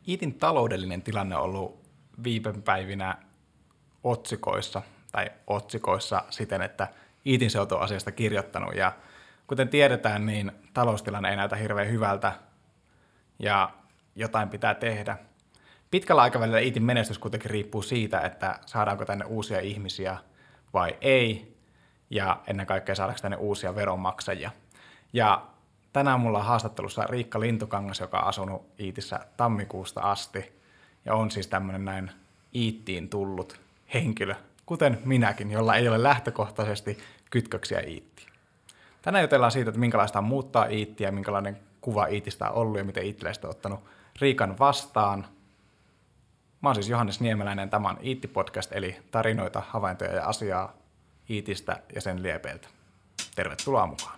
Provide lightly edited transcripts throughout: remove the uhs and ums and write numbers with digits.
Iitin taloudellinen tilanne on ollut viime päivinä otsikoissa siten, että Iitin seutu on asiasta kirjoittanut. Ja kuten tiedetään, niin taloustilanne ei näytä hirveän hyvältä ja jotain pitää tehdä. Pitkällä aikavälillä Iitin menestys kuitenkin riippuu siitä, että saadaanko tänne uusia ihmisiä vai ei, ja ennen kaikkea saadaanko tänne uusia veronmaksajia. Ja tänään mulla on haastattelussa Riikka Lintukangas, joka on asunut Iitissä tammikuusta asti, ja on siis tämmöinen näin Iittiin tullut henkilö, kuten minäkin, jolla ei ole lähtökohtaisesti kytköksiä Iittiin. Tänään jutellaan siitä, että minkälaista on muuttaa Iittiä, minkälainen kuva Iitistä on ollut ja miten iittiläiset on ottanut Riikan vastaan. Mä oon siis Johannes Niemeläinen, tämä on Iitti-podcast, eli tarinoita, havaintoja ja asiaa Iitistä ja sen liepeiltä. Tervetuloa mukaan.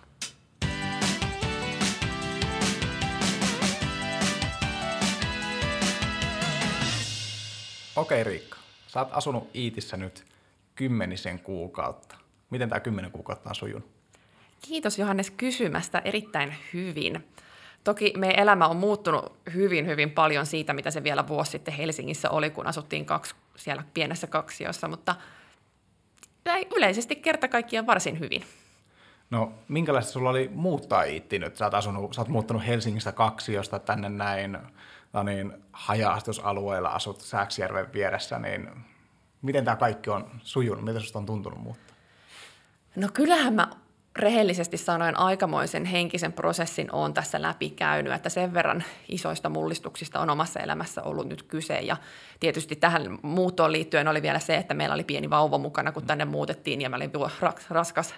Okei Riikka, sä oot asunut Iitissä nyt 10 kuukautta. Miten tää 10 kuukautta on sujunut? Kiitos Johannes kysymästä, erittäin hyvin. Toki meidän elämä on muuttunut hyvin paljon siitä, mitä se vielä vuosi sitten Helsingissä oli, kun asuttiin siellä pienessä kaksiossa, mutta yleisesti kerta kaikkiaan varsin hyvin. No, minkälaista sulla oli muuttaa Iittiin nyt? Sä oot muuttanut Helsingistä kaksiosta tänne näin, haja-asutusalueella asut Sääksjärven vieressä, niin miten tämä kaikki on sujunut? Miten susta on tuntunut muuttaa? No kyllähän mä rehellisesti sanoen aikamoisen henkisen prosessin on tässä läpikäynyt, että sen verran isoista mullistuksista on omassa elämässä ollut nyt kyse. Ja tietysti tähän muuttoon liittyen oli vielä se, että meillä oli pieni vauva mukana, kun tänne muutettiin, ja meillä oli raskas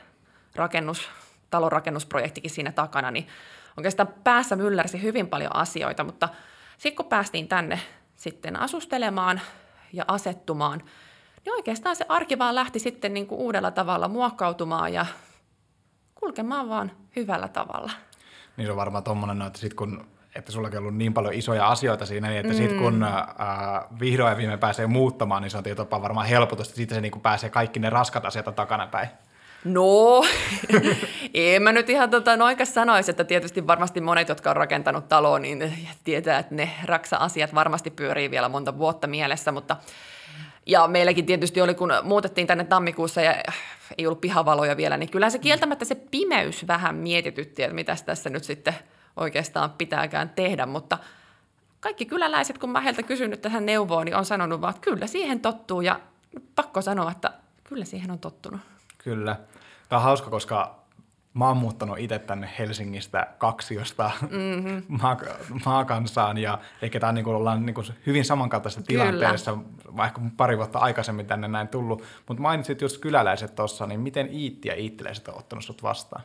talonrakennusprojektikin siinä takana, niin oikeastaan päässä myllärsi hyvin paljon asioita, mutta sitten kun päästiin tänne sitten asustelemaan ja asettumaan, niin oikeastaan se arki vaan lähti sitten niin kuin uudella tavalla muokkautumaan ja kulkemaan vaan hyvällä tavalla. Niin se on varmaan tommoinen, että sullakin on ollut niin paljon isoja asioita siinä, niin että sitten kun vihdoin ja viimein pääsee muuttamaan, niin se on tietysti varmaan helpotusta, sitten se niin kuin pääsee kaikki ne raskat asiat takanapäin. No, en mä nyt ihan oikeasti sanoisi, että tietysti varmasti monet, jotka on rakentanut taloa, niin tietää, että ne raksa-asiat varmasti pyörii vielä monta vuotta mielessä, ja meilläkin tietysti oli, kun muutettiin tänne tammikuussa ja ei ollut pihavaloja vielä, niin kyllä se kieltämättä se pimeys vähän mietitytti, että mitäs tässä nyt sitten oikeastaan pitääkään tehdä, mutta kaikki kyläläiset, kun mä heiltä kysynyt tähän neuvoa, niin on sanonut vaan, että kyllä siihen tottuu, ja pakko sanoa, että kyllä siihen on tottunut. Kyllä. Tämä on hauska, koska mä oon muuttanut itse tänne Helsingistä kaksiosta maakansaan, ja ehkä tämä ollaan hyvin samankaltaisessa tilanteessa, vaikka pari vuotta aikaisemmin tänne näin tullut. Mutta mainitsit just kyläläiset tuossa, niin miten Iitti ja iittiläiset on ottanut sut vastaan?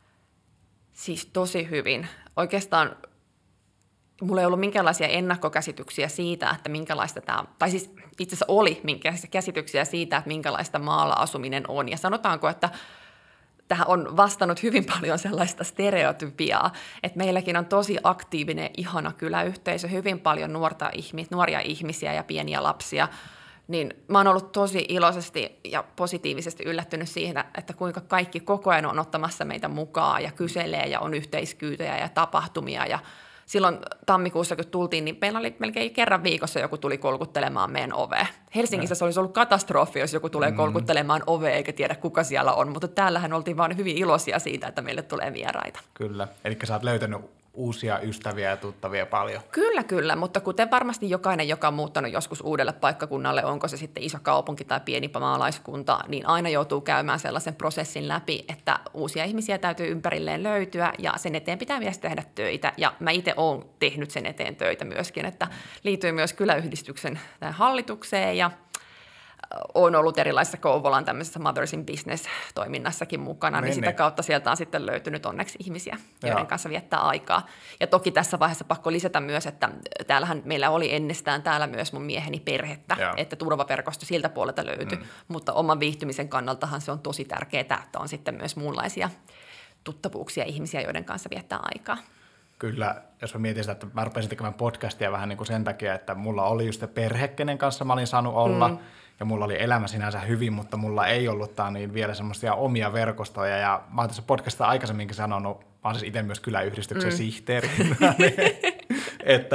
siis tosi hyvin. Oikeastaan mulla ei ollut minkäänlaisia ennakkokäsityksiä siitä, että minkälaista tämä, tai siis itse asiassa oli minkälaisia käsityksiä siitä, että minkälaista maalla asuminen on. Ja sanotaanko, että tähän on vastannut hyvin paljon sellaista stereotypiaa, että meilläkin on tosi aktiivinen, ihana kyläyhteisö, hyvin paljon nuoria ihmisiä ja pieniä lapsia, niin mä oon ollut tosi iloisesti ja positiivisesti yllättynyt siihen, että kuinka kaikki koko ajan on ottamassa meitä mukaan ja kyselee ja on yhteiskyytejä ja tapahtumia. Ja silloin tammikuussa, kun tultiin, niin meillä oli melkein kerran viikossa joku tuli kolkuttelemaan meidän ovea. Helsingissä se olisi ollut katastrofi, jos joku tulee kolkuttelemaan ovea eikä tiedä, kuka siellä on, mutta täällähän oltiin vaan hyvin iloisia siitä, että meille tulee vieraita. Kyllä, eli sä oot löytänyt uusia ystäviä ja tuttavia paljon. Kyllä, mutta kuten varmasti jokainen, joka on muuttanut joskus uudelle paikkakunnalle, onko se sitten iso kaupunki tai pieni maalaiskunta, niin aina joutuu käymään sellaisen prosessin läpi, että uusia ihmisiä täytyy ympärilleen löytyä ja sen eteen pitää myös tehdä töitä. Ja mä itse olen tehnyt sen eteen töitä myöskin, että liityin myös kyläyhdistyksen hallitukseen ja olen ollut erilaisissa Kouvolan tämmöisessä Mothers in Business-toiminnassakin mukana, niin sitä kautta sieltä on sitten löytynyt onneksi ihmisiä, joiden kanssa viettää aikaa. Ja toki tässä vaiheessa pakko lisätä myös, että täällähän meillä oli ennestään täällä myös mun mieheni perhettä, että turvaverkosto siltä puolelta löytyi, mutta oman viihtymisen kannaltahan se on tosi tärkeää, että on sitten myös muunlaisia tuttavuuksia ihmisiä, joiden kanssa viettää aikaa. Kyllä, jos mä mietin sitä, että mä rupesin tekemään podcastia vähän niin kuin sen takia, että mulla oli just se perhe, kenen kanssa mä olin saanut olla, ja mulla oli elämä sinänsä hyvin, mutta mulla ei ollut niin vielä semmoisia omia verkostoja, ja mä oon tässä podcastissa aikaisemminkin sanonut, mä oon siis itse myös kyläyhdistyksen sihteeri, että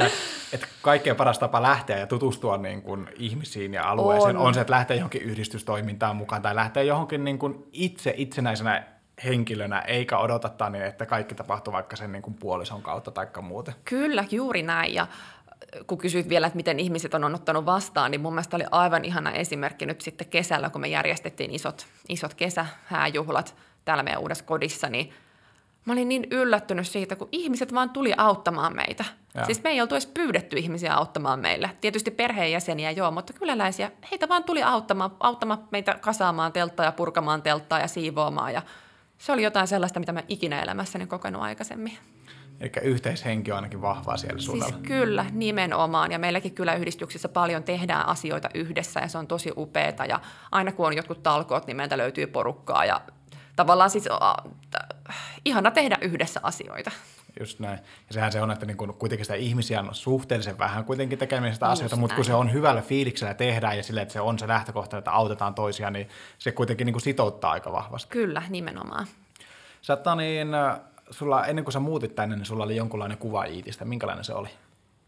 että kaikkein paras tapa lähteä ja tutustua niin kuin ihmisiin ja alueeseen on se, että lähtee johonkin yhdistystoimintaan mukaan tai lähtee johonkin niin kuin itsenäisenä henkilönä, eikä odottaa niin, että kaikki tapahtuu vaikka sen niin kuin puolison kautta tai muuten. Kyllä, juuri näin. Ja kun kysyit vielä, että miten ihmiset on ottanut vastaan, niin mun mielestä oli aivan ihana esimerkki nyt sitten kesällä, kun me järjestettiin isot kesähääjuhlat täällä meidän uudessa kodissa, niin mä olin niin yllättynyt siitä, kun ihmiset vaan tuli auttamaan meitä. Ja. Siis me ei oltu edes pyydetty ihmisiä auttamaan meille. Tietysti perheenjäseniä joo, mutta kyläläisiä, heitä vaan tuli auttamaan meitä kasaamaan telttaa ja purkamaan telttaa ja siivoamaan. Ja se oli jotain sellaista, mitä mä ikinä elämässäni kokenut aikaisemmin. Eli yhteishenki on ainakin vahvaa siellä suunnalla. Siis kyllä, nimenomaan. Ja meilläkin kyläyhdistyksissä paljon tehdään asioita yhdessä ja se on tosi upeata. Ja aina kun on jotkut talkoot, niin meiltä löytyy porukkaa ja tavallaan siis ihana tehdä yhdessä asioita. Just näin. Ja sehän se on, että niin kun kuitenkin sitä ihmisiä on suhteellisen vähän kuitenkin tekemistä asioita, mutta kun se on hyvällä fiiliksellä tehdään ja sille, että se on se lähtökohta, että autetaan toisia, niin se kuitenkin niin kuin sitouttaa aika vahvasti. Kyllä, nimenomaan. Sulla, ennen kuin sä muutit tänne, niin sulla oli jonkunlainen kuva Iitistä. Minkälainen se oli?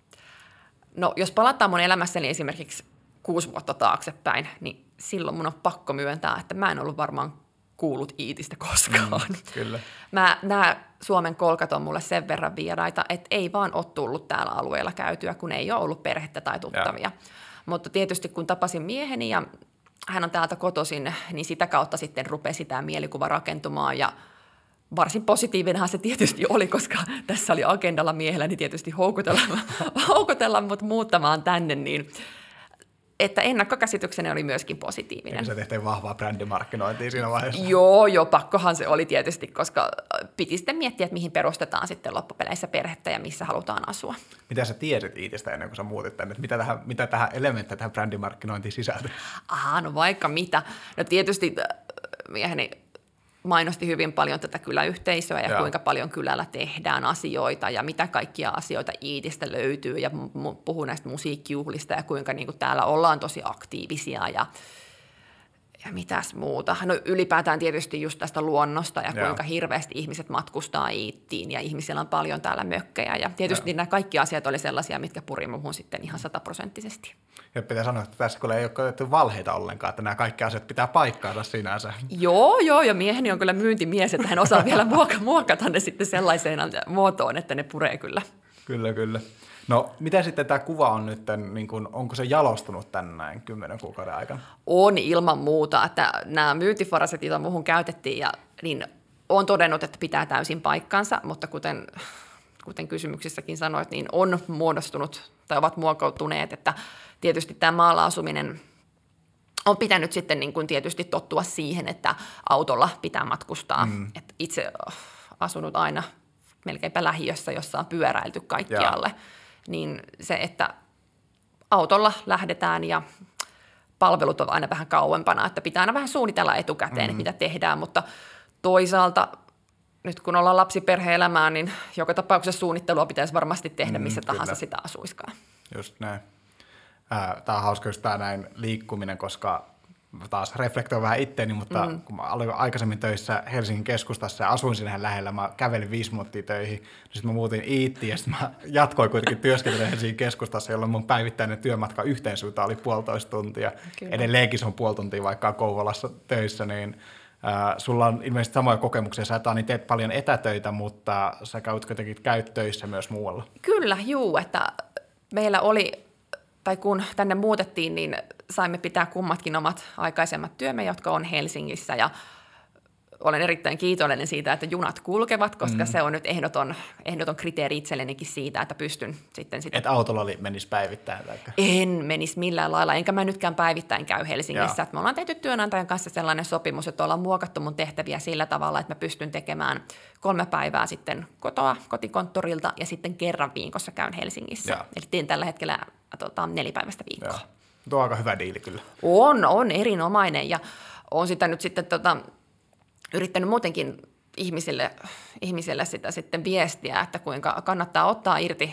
No, jos palataan mun elämässäni esimerkiksi 6 vuotta taaksepäin, niin silloin mun on pakko myöntää, että mä en ollut varmaan kuullut Iitistä koskaan. Kyllä. Nämä Suomen kolkat on mulle sen verran vieraita, että ei vaan ole tullut täällä alueella käytyä, kun ei ole ollut perhettä tai tuttavia. Ja. Mutta tietysti kun tapasin mieheni ja hän on täältä kotoisin, niin sitä kautta sitten rupesi tämä mielikuva rakentumaan ja varsin positiivinenhan se tietysti oli, koska tässä oli agendalla miehellä niin tietysti houkutella mut muuttamaan tänne, niin että ennakkokäsitykseni oli myöskin positiivinen. Eli sä tehtiin vahvaa brändimarkkinointia siinä vaiheessa. Joo, pakkohan se oli tietysti, koska piti sitten miettiä, että mihin perustetaan sitten loppupeleissä perhettä ja missä halutaan asua. Mitä sä tiesit Iitistä ennen kuin sä muutit tänne? Mitä tähän elementtejä tähän brändimarkkinointiin sisältyi? No vaikka mitä. No tietysti mieheni mainosti hyvin paljon tätä kyläyhteisöä ja kuinka paljon kylällä tehdään asioita ja mitä kaikkia asioita Iitistä löytyy ja puhuu näistä musiikkijuhlista ja kuinka niin kuin täällä ollaan tosi aktiivisia ja mitäs muuta. No ylipäätään tietysti just tästä luonnosta ja kuinka hirveästi ihmiset matkustaa Iittiin ja ihmisillä on paljon täällä mökkejä ja tietysti nämä kaikki asiat oli sellaisia, mitkä puri muhun sitten ihan 100%. Ja pitää sanoa, että tässä ei ole koettu valheita ollenkaan, että nämä kaikki asiat pitää paikkaansa sinänsä. Joo, ja mieheni on kyllä myyntimies, että hän osaa vielä muokata ne sitten sellaiseen muotoon, että ne puree kyllä. Kyllä. No, miten sitten tämä kuva on nyt, niin kun, onko se jalostunut tän näin 10 kuukauden aikana? On ilman muuta, että nämä myyntifaraset, joita muuhun käytettiin, niin olen todennut, että pitää täysin paikkansa, mutta kuten kysymyksissäkin sanoit, niin on muodostunut tai ovat muokautuneet, että tietysti tämä maalla asuminen on pitänyt sitten niin kuin tietysti tottua siihen, että autolla pitää matkustaa. Et itse asunut aina melkeinpä lähiössä, jossa on pyöräilty kaikkialle. Niin se, että autolla lähdetään ja palvelut on aina vähän kauempana, että pitää aina vähän suunnitella etukäteen, mitä tehdään, mutta toisaalta nyt kun ollaan lapsiperhe-elämää, niin joka tapauksessa suunnittelua pitäisi varmasti tehdä missä tahansa sitä asuiskaan. Just näin. Tämä on hauska just tämä näin liikkuminen, koska taas reflektoin vähän itteeni, mutta kun mä aloin aikaisemmin töissä Helsingin keskustassa ja asuin siinä lähellä, mä kävelin 5 minuuttia töihin, niin sitten mä muutin Iittiin ja sitten mä jatkoin kuitenkin työskentelyä Helsingin keskustassa, jolloin mun päivittäinen työmatka yhteensuuntaan oli 1,5 tuntia. Kyllä. Edelleenkin se on 0,5 tuntia, vaikka on Kouvolassa töissä, niin sulla on ilmeisesti samoja kokemuksia. Sä niin teet paljon etätöitä, mutta sä käyt töissä myös muualla. Kyllä, että meillä oli, tai kun tänne muutettiin, niin saimme pitää kummatkin omat aikaisemmat työmme, jotka on Helsingissä, ja olen erittäin kiitollinen siitä, että junat kulkevat, koska se on nyt ehdoton kriteeri itsellenikin siitä, että pystyn sitten... Että autolla menisi päivittäin? Taikka? En menisi millään lailla, enkä mä nytkään päivittäin käy Helsingissä. Me ollaan tehty työnantajan kanssa sellainen sopimus, että ollaan muokattu mun tehtäviä sillä tavalla, että mä pystyn tekemään 3 päivää sitten kotikonttorilta ja sitten kerran viikossa käyn Helsingissä. Eli teen tällä hetkellä 4 päivästä viikkoa. Tuo on aika hyvä diili kyllä. On erinomainen ja olen sitä nyt sitten yrittänyt muutenkin ihmisille sitä sitten viestiä, että kuinka kannattaa ottaa irti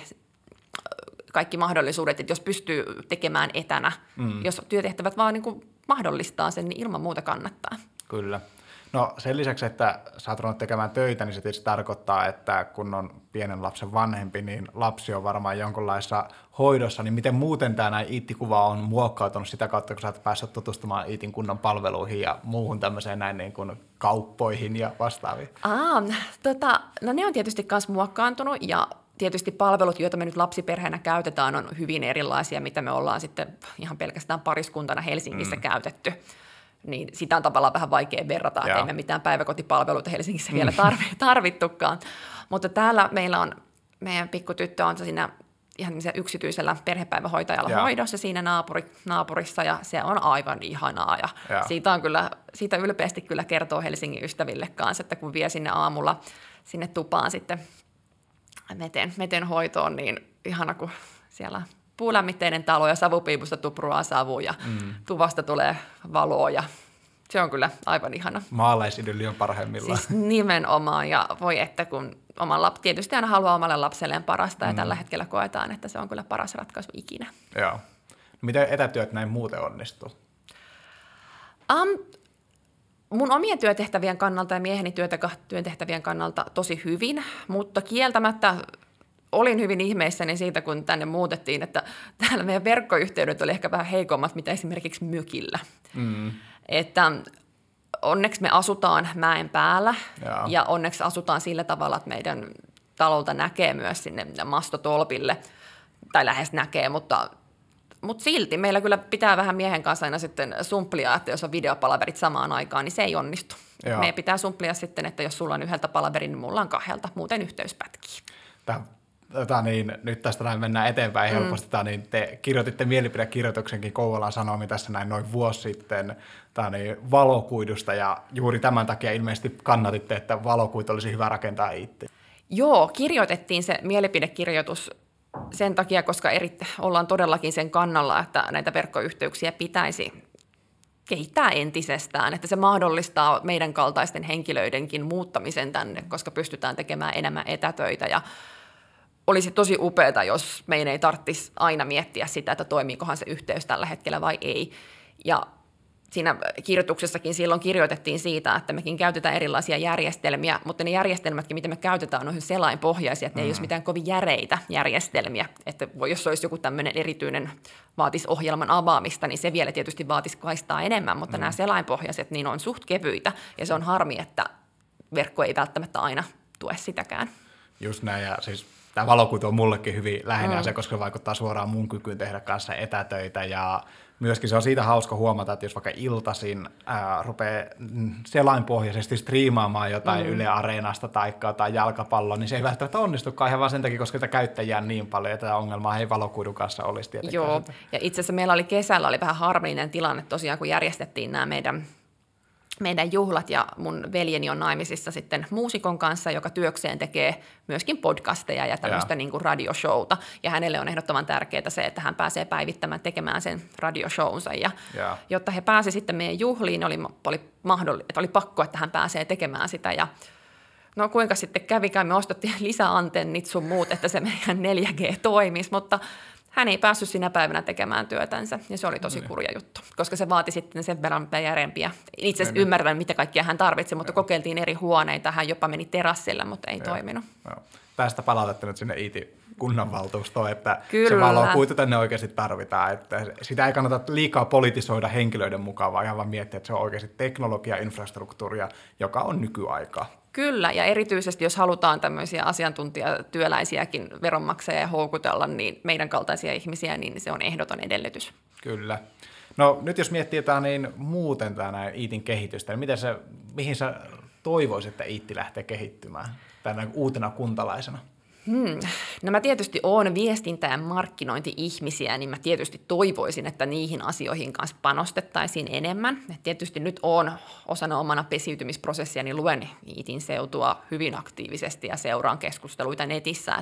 kaikki mahdollisuudet, että jos pystyy tekemään etänä, jos työtehtävät vaan niin kuin mahdollistaa sen, niin ilman muuta kannattaa. Kyllä. No sen lisäksi, että sä oot ruvennut tekemään töitä, niin se tietysti tarkoittaa, että kun on pienen lapsen vanhempi, niin lapsi on varmaan jonkunlaisessa hoidossa, niin miten muuten tämä näin Iitti-kuva on muokkautunut sitä kautta, kun sä oot päässyt tutustumaan Iitin kunnan palveluihin ja muuhun tämmöiseen näin niin kuin kauppoihin ja vastaaviin? No ne on tietysti myös muokkaantunut ja tietysti palvelut, joita me nyt lapsiperheenä käytetään, on hyvin erilaisia, mitä me ollaan sitten ihan pelkästään pariskuntana Helsingissä käytetty. Niin sitä on tavallaan vähän vaikea verrata, että ei me mitään päiväkotipalveluita Helsingissä vielä tarvittukaan. Mutta täällä meillä on, meidän pikkutyttö on siinä ihan yksityisellä perhepäivähoitajalla hoidossa siinä naapurissa ja se on aivan ihanaa. Ja siitä ylpeästi kyllä kertoo Helsingin ystäville kanssa, että kun vie sinne aamulla sinne tupaan sitten meten hoitoon, niin ihana kun siellä puulämmitteinen talo ja savupiipusta tupruaa savu ja tuvasta tulee valoa ja se on kyllä aivan ihana. Maalaisidylli on parhaimmillaan. Siis nimenomaan ja voi että kun tietysti aina haluaa omalle lapselleen parasta ja tällä hetkellä koetaan, että se on kyllä paras ratkaisu ikinä. Joo. Miten etätyöt näin muuten onnistuu? Mun omien työtehtävien kannalta ja mieheni työtehtävien kannalta tosi hyvin, mutta kieltämättä olin hyvin ihmeissäni siitä, kun tänne muutettiin, että täällä meidän verkkoyhteydet oli ehkä vähän heikommat, mitä esimerkiksi mökillä. Että onneksi me asutaan mäen päällä ja onneksi asutaan sillä tavalla, että meidän talolta näkee myös sinne mastotolpille, tai lähes näkee, mutta silti meillä kyllä pitää vähän miehen kanssa aina sitten sumplia, että jos on videopalaverit samaan aikaan, niin se ei onnistu. Meidän pitää sumplia sitten, että jos sulla on yhdeltä palaveri, niin mulla on kahdelta, muuten yhteys pätkii. Nyt tästä näin mennään eteenpäin helposti. Te kirjoititte mielipidekirjoituksenkin Kouvolan Sanomiin tässä näin noin vuosi sitten valokuidusta ja juuri tämän takia ilmeisesti kannatitte, että valokuitu olisi hyvä rakentaa itse. Joo, kirjoitettiin se mielipidekirjoitus sen takia, koska ollaan todellakin sen kannalla, että näitä verkkoyhteyksiä pitäisi kehittää entisestään, että se mahdollistaa meidän kaltaisten henkilöidenkin muuttamisen tänne, koska pystytään tekemään enemmän etätöitä ja olisi tosi upeaa, jos meidän ei tarvitsisi aina miettiä sitä, että toimiikohan se yhteys tällä hetkellä vai ei. Ja siinä kirjoituksessakin silloin kirjoitettiin siitä, että mekin käytetään erilaisia järjestelmiä, mutta ne järjestelmätkin, mitä me käytetään, on selainpohjaisia, että ne ei olisi mitään kovin järeitä järjestelmiä. Että jos olisi joku tämmöinen erityinen, vaatisi ohjelman avaamista, niin se vielä tietysti vaatisi kaistaa enemmän, mutta nämä selainpohjaiset niin on suht kevyitä, ja se on harmi, että verkko ei välttämättä aina tue sitäkään. Just näin, ja siis tämä valokuitu on mullekin hyvin läheinen asia, koska se vaikuttaa suoraan mun kykyyn tehdä kanssa etätöitä ja myöskin se on siitä hauska huomata, että jos vaikka iltaisin rupeaa selainpohjaisesti striimaamaan jotain Yle Areenasta tai jalkapalloa, niin se ei välttämättä onnistukaan ihan vaan sen takia, koska sitä käyttäjiä on niin paljon ja tätä ongelmaa ei valokuidun kanssa olisi tietenkään. Joo, ja itse asiassa meillä oli kesällä vähän harmillinen tilanne tosiaan, kun järjestettiin nämä meidän juhlat ja mun veljeni on naimisissa sitten muusikon kanssa, joka työkseen tekee myöskin podcasteja ja tämmöistä niin kuin radioshowta. Ja hänelle on ehdottoman tärkeää se, että hän pääsee päivittämään tekemään sen radioshowunsa. Ja jotta he pääsivät sitten meidän juhliin, oli pakko, että hän pääsee tekemään sitä. Ja no kuinka sitten kävikään, me ostettiin lisäantennit sun muut, että se meidän 4G toimisi, mutta hän ei päässyt sinä päivänä tekemään työtänsä, ja se oli tosi kurja juttu, koska se vaati sitten sen verran järempiä. Itse asiassa ymmärrän, mitä kaikkia hän tarvitsi, mutta kokeiltiin eri huoneita, hän jopa meni terassille, mutta ei toiminut. Tästä palautetta nyt sinne Iitin kunnanvaltuustoon, että se valokuitu tänne oikeasti tarvitaan. Että sitä ei kannata liikaa politisoida henkilöiden mukaan, vaan ihan vaan miettiä, että se on oikeasti teknologia, infrastruktuuria, joka on nykyaikaa. Kyllä, ja erityisesti jos halutaan tämmöisiä asiantuntijatyöläisiäkin veronmaksajia houkutella, niin meidän kaltaisia ihmisiä, niin se on ehdoton edellytys. Kyllä. No nyt jos miettii niin muuten tämä Iitin kehitystä, niin mihin sä toivoisit, että Iitti lähtee kehittymään tänä uutena kuntalaisena? No mä tietysti olen viestintä- ja markkinointi-ihmisiä, niin mä tietysti toivoisin, että niihin asioihin kanssa panostettaisiin enemmän. Et tietysti nyt olen osana omana pesiytymisprosessia, niin luen Iitin seutua hyvin aktiivisesti ja seuraan keskusteluita netissä.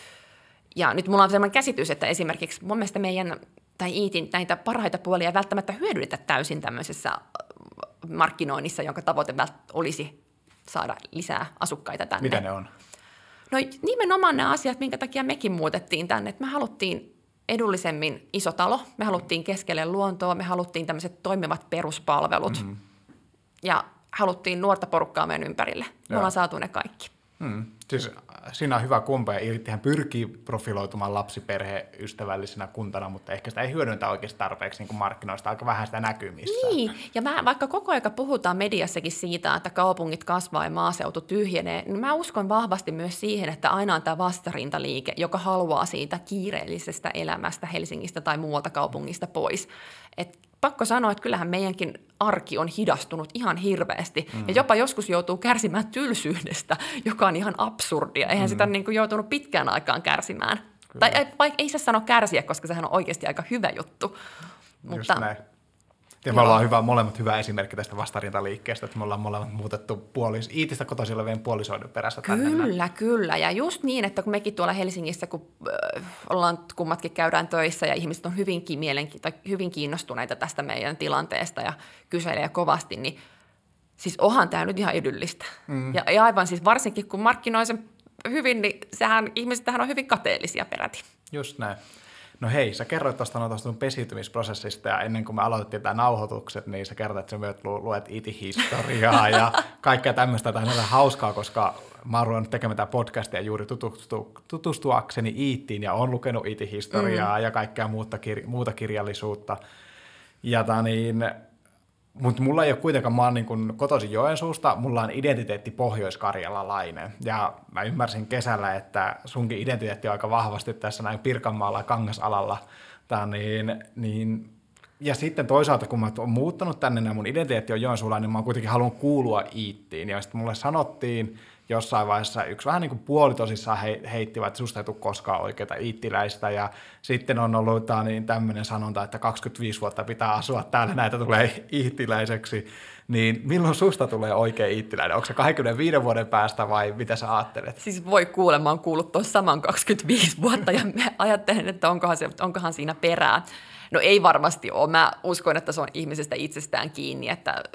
Ja nyt mulla on sellainen käsitys, että esimerkiksi mun mielestä meidän tai Iitin näitä parhaita puolia ei välttämättä hyödynnetä täysin tämmöisessä markkinoinnissa, jonka tavoite olisi saada lisää asukkaita tänne. Mitä ne on? No nimenomaan ne asiat, minkä takia mekin muutettiin tänne, että me haluttiin edullisemmin iso talo, me haluttiin keskelle luontoa, me haluttiin tämmöiset toimivat peruspalvelut. Ja haluttiin nuorta porukkaa meidän ympärille. Me ollaan saatu ne kaikki. Siis siinä on hyvä kumpa, ja Iittihän pyrkii profiloitumaan lapsiperheystävällisenä kuntana, mutta ehkä sitä ei hyödyntä oikeasti tarpeeksi niin kuin markkinoista, aika vähän sitä näkyy missään. Niin, ja vaikka koko ajan puhutaan mediassakin siitä, että kaupungit kasvaa ja maaseutu tyhjenee, niin mä uskon vahvasti myös siihen, että aina on tämä vastarintaliike, joka haluaa siitä kiireellisestä elämästä Helsingistä tai muualta kaupungista pois. Et pakko sanoa, että kyllähän meidänkin arki on hidastunut ihan hirveästi, ja jopa joskus joutuu kärsimään tylsyydestä, joka on ihan absurdia. Eihän sitä niin kuin joutunut pitkään aikaan kärsimään. Kyllä. Tai vaikka ei se sano kärsiä, koska sehän on oikeasti aika hyvä juttu. Just näin. Ja me ollaan molemmat hyvä esimerkki tästä vastarintaliikkeestä, että me ollaan molemmat muutettu Iitistä kotoisin olevien puolisoiden perässä tänne. Kyllä. Ja just niin, että kun mekin tuolla Helsingissä, kun ollaan kummatkin käydään töissä ja ihmiset on hyvin kiinnostuneita tästä meidän tilanteesta ja kyselee kovasti, niin siis onhan tämä nyt ihan idyllistä. Ja aivan siis varsinkin, kun markkinoi sen hyvin, niin ihmiset on hyvin kateellisia peräti. Just näin. No hei, sä kerroit tuosta pesiytymisprosessista, ja ennen kuin me aloitettiin tämä nauhoitukset, niin sä kerroit, että sä myös luet IT-historiaa ja kaikkea tämmöistä. Tämä on ihan hauskaa, koska mä oon ruvennut tekemään tätä podcastia juuri tutustuakseni IT:iin, ja oon lukenut IT-historiaa ja kaikkea muuta kirjallisuutta. Ja mutta mulla ei ole kuitenkaan, mä oon niin kotoisin Joensuusta, mulla on identiteetti pohjoiskarjalalainen. Ja mä ymmärsin kesällä, että sunkin identiteetti on aika vahvasti tässä näin Pirkanmaalla Kangasalalla. Ja sitten toisaalta, kun mä oon muuttanut tänne ja mun identiteetti on joensuulainen, niin mä oon kuitenkin halunnut kuulua IT:iin. Ja sitten mulle sanottiin jossain vaiheessa, yksi vähän niin kuin puolitosissaan heittivät, että susta ei tule koskaan oikeata iittiläistä. Ja sitten on ollut tämmöinen sanonta, että 25 vuotta pitää asua täällä, näitä tulee iittiläiseksi. Niin milloin susta tulee oikea iittiläinen? Onko se 25 vuoden päästä vai mitä sä ajattelet? Siis voi kuule, mä oon kuullut tuon saman 25 vuotta ja ajattelen, että onkohan siinä perää. No ei varmasti ole. Mä uskon, että se on ihmisestä itsestään kiinni, että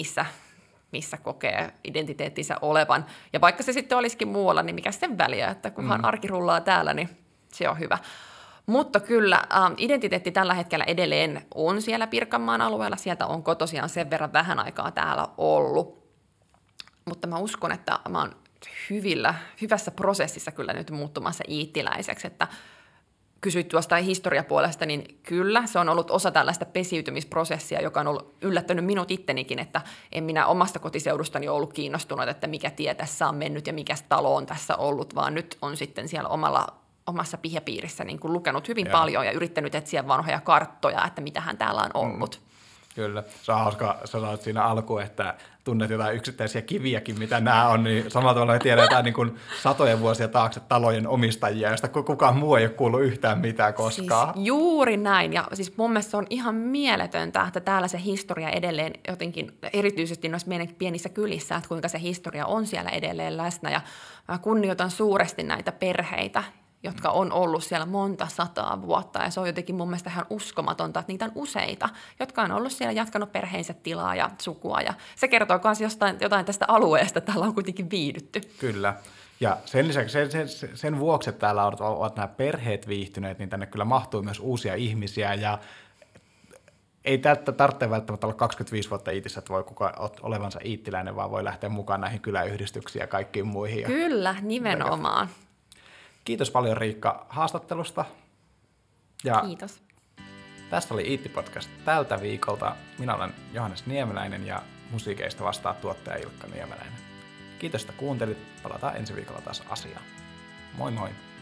missä kokee identiteettinsä olevan. Ja vaikka se sitten olisikin muualla, niin mikä sen väliä, että kunhan arki rullaa täällä, niin se on hyvä. Mutta kyllä, identiteetti tällä hetkellä edelleen on siellä Pirkanmaan alueella. Sieltä on tosiaan sen verran vähän aikaa täällä ollut. Mutta mä uskon, että mä oon hyvässä prosessissa kyllä nyt muuttumassa iittiläiseksi, että kysyit tuosta historiapuolesta, niin kyllä se on ollut osa tällaista pesiytymisprosessia, joka on ollut yllättänyt minut ittenikin, että en minä omasta kotiseudustani ollut kiinnostunut, että mikä tie tässä on mennyt ja mikä talo on tässä ollut, vaan nyt on sitten siellä omassa pihapiirissä niin kuin lukenut hyvin paljon ja yrittänyt etsiä vanhoja karttoja, että mitähän täällä on ollut. Kyllä. Se on hauska, sanoit siinä alkuun, että tunnet jotain yksittäisiä kiviäkin, mitä nämä on, niin samalla tavalla me tiedetään niin kuin satojen vuosia taakse talojen omistajia, joista kukaan muu ei ole kuullut yhtään mitään koskaan. Siis juuri näin, ja siis mun mielestä se on ihan mieletöntä, että täällä se historia edelleen jotenkin, erityisesti noissa meidän pienissä kylissä, että kuinka se historia on siellä edelleen läsnä, ja mä kunnioitan suuresti näitä perheitä, jotka on ollut siellä monta sataa vuotta, ja se on jotenkin mun mielestä ihan uskomatonta, että niitä on useita, jotka on ollut siellä, jatkanut perheensä tilaa ja sukua, ja se kertoo myös jotain tästä alueesta, täällä on kuitenkin viihdytty. Kyllä, ja sen lisäksi, sen vuoksi, että täällä ovat nämä perheet viihtyneet, niin tänne kyllä mahtuu myös uusia ihmisiä, ja ei tarvitse välttämättä olla 25 vuotta iitissä, että voi kukaan olevansa iittiläinen, vaan voi lähteä mukaan näihin kyläyhdistyksiin ja kaikkiin muihin. Kyllä, nimenomaan. Kiitos paljon Riikka haastattelusta. Ja kiitos. Tästä oli Iitti-podcast tältä viikolta. Minä olen Johannes Niemeläinen ja musiikeista vastaa tuottaja Ilkka Niemeläinen. Kiitos, että kuuntelit. Palataan ensi viikolla taas asiaan. Moi moi!